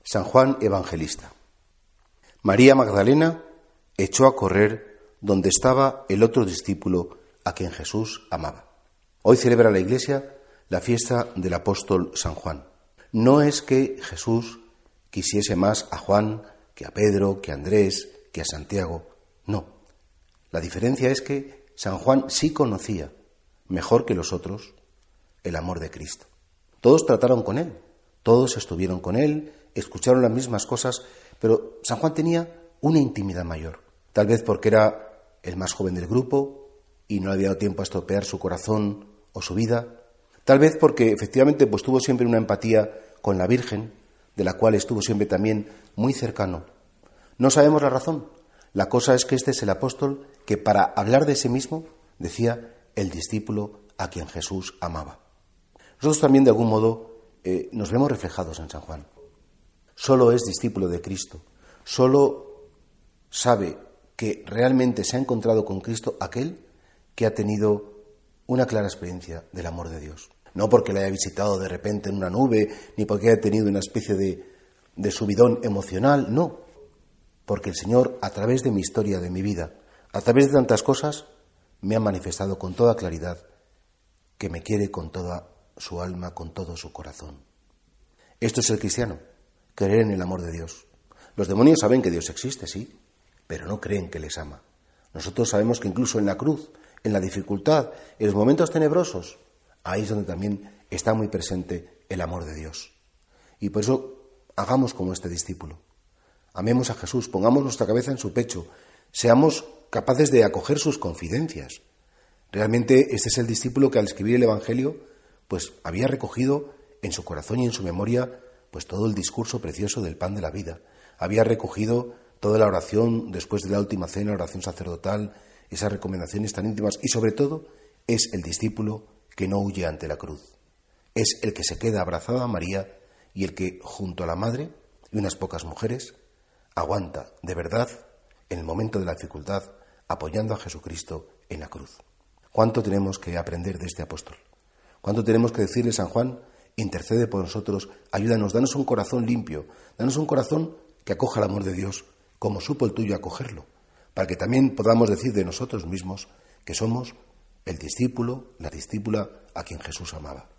San Juan Evangelista. María Magdalena echó a correr donde estaba el otro discípulo a quien Jesús amaba. Hoy celebra la Iglesia la fiesta del apóstol San Juan. No es que Jesús quisiese más a Juan que a Pedro, que a Andrés, que a Santiago. No. La diferencia es que San Juan sí conocía, mejor que los otros, el amor de Cristo. Todos trataron con él, todos estuvieron con él, escucharon las mismas cosas, pero San Juan tenía una intimidad mayor. Tal vez porque era el más joven del grupo y no le había dado tiempo a estropear su corazón o su vida. Tal vez porque efectivamente tuvo siempre una empatía con la Virgen, de la cual estuvo siempre también muy cercano. No sabemos la razón. La cosa es que este es el apóstol que para hablar de sí mismo decía el discípulo a quien Jesús amaba. Nosotros también de algún modo nos vemos reflejados en San Juan. Solo es discípulo de Cristo, solo sabe que realmente se ha encontrado con Cristo aquel que ha tenido una clara experiencia del amor de Dios. No porque le haya visitado de repente en una nube, ni porque haya tenido una especie de subidón emocional, no. Porque el Señor, a través de mi historia, de mi vida, a través de tantas cosas, me ha manifestado con toda claridad que me quiere con toda su alma, con todo su corazón. Esto es el cristiano, creer en el amor de Dios. Los demonios saben que Dios existe, sí, pero no creen que les ama. Nosotros sabemos que incluso en la cruz, en la dificultad, en los momentos tenebrosos, ahí es donde también está muy presente el amor de Dios. Y por eso hagamos como este discípulo. Amemos a Jesús, pongamos nuestra cabeza en su pecho, seamos capaces de acoger sus confidencias. Realmente este es el discípulo que al escribir el Evangelio pues había recogido en su corazón y en su memoria pues todo el discurso precioso del pan de la vida. Había recogido toda la oración después de la última cena, la oración sacerdotal, esas recomendaciones tan íntimas y sobre todo es el discípulo que no huye ante la cruz. Es el que se queda abrazado a María y el que junto a la madre y unas pocas mujeres aguanta de verdad en el momento de la dificultad apoyando a Jesucristo en la cruz. ¿Cuánto tenemos que aprender de este apóstol? ¿Cuánto tenemos que decirle, San Juan, intercede por nosotros, ayúdanos, danos un corazón limpio, danos un corazón que acoja el amor de Dios, como supo el tuyo acogerlo, para que también podamos decir de nosotros mismos que somos el discípulo, la discípula a quien Jesús amaba?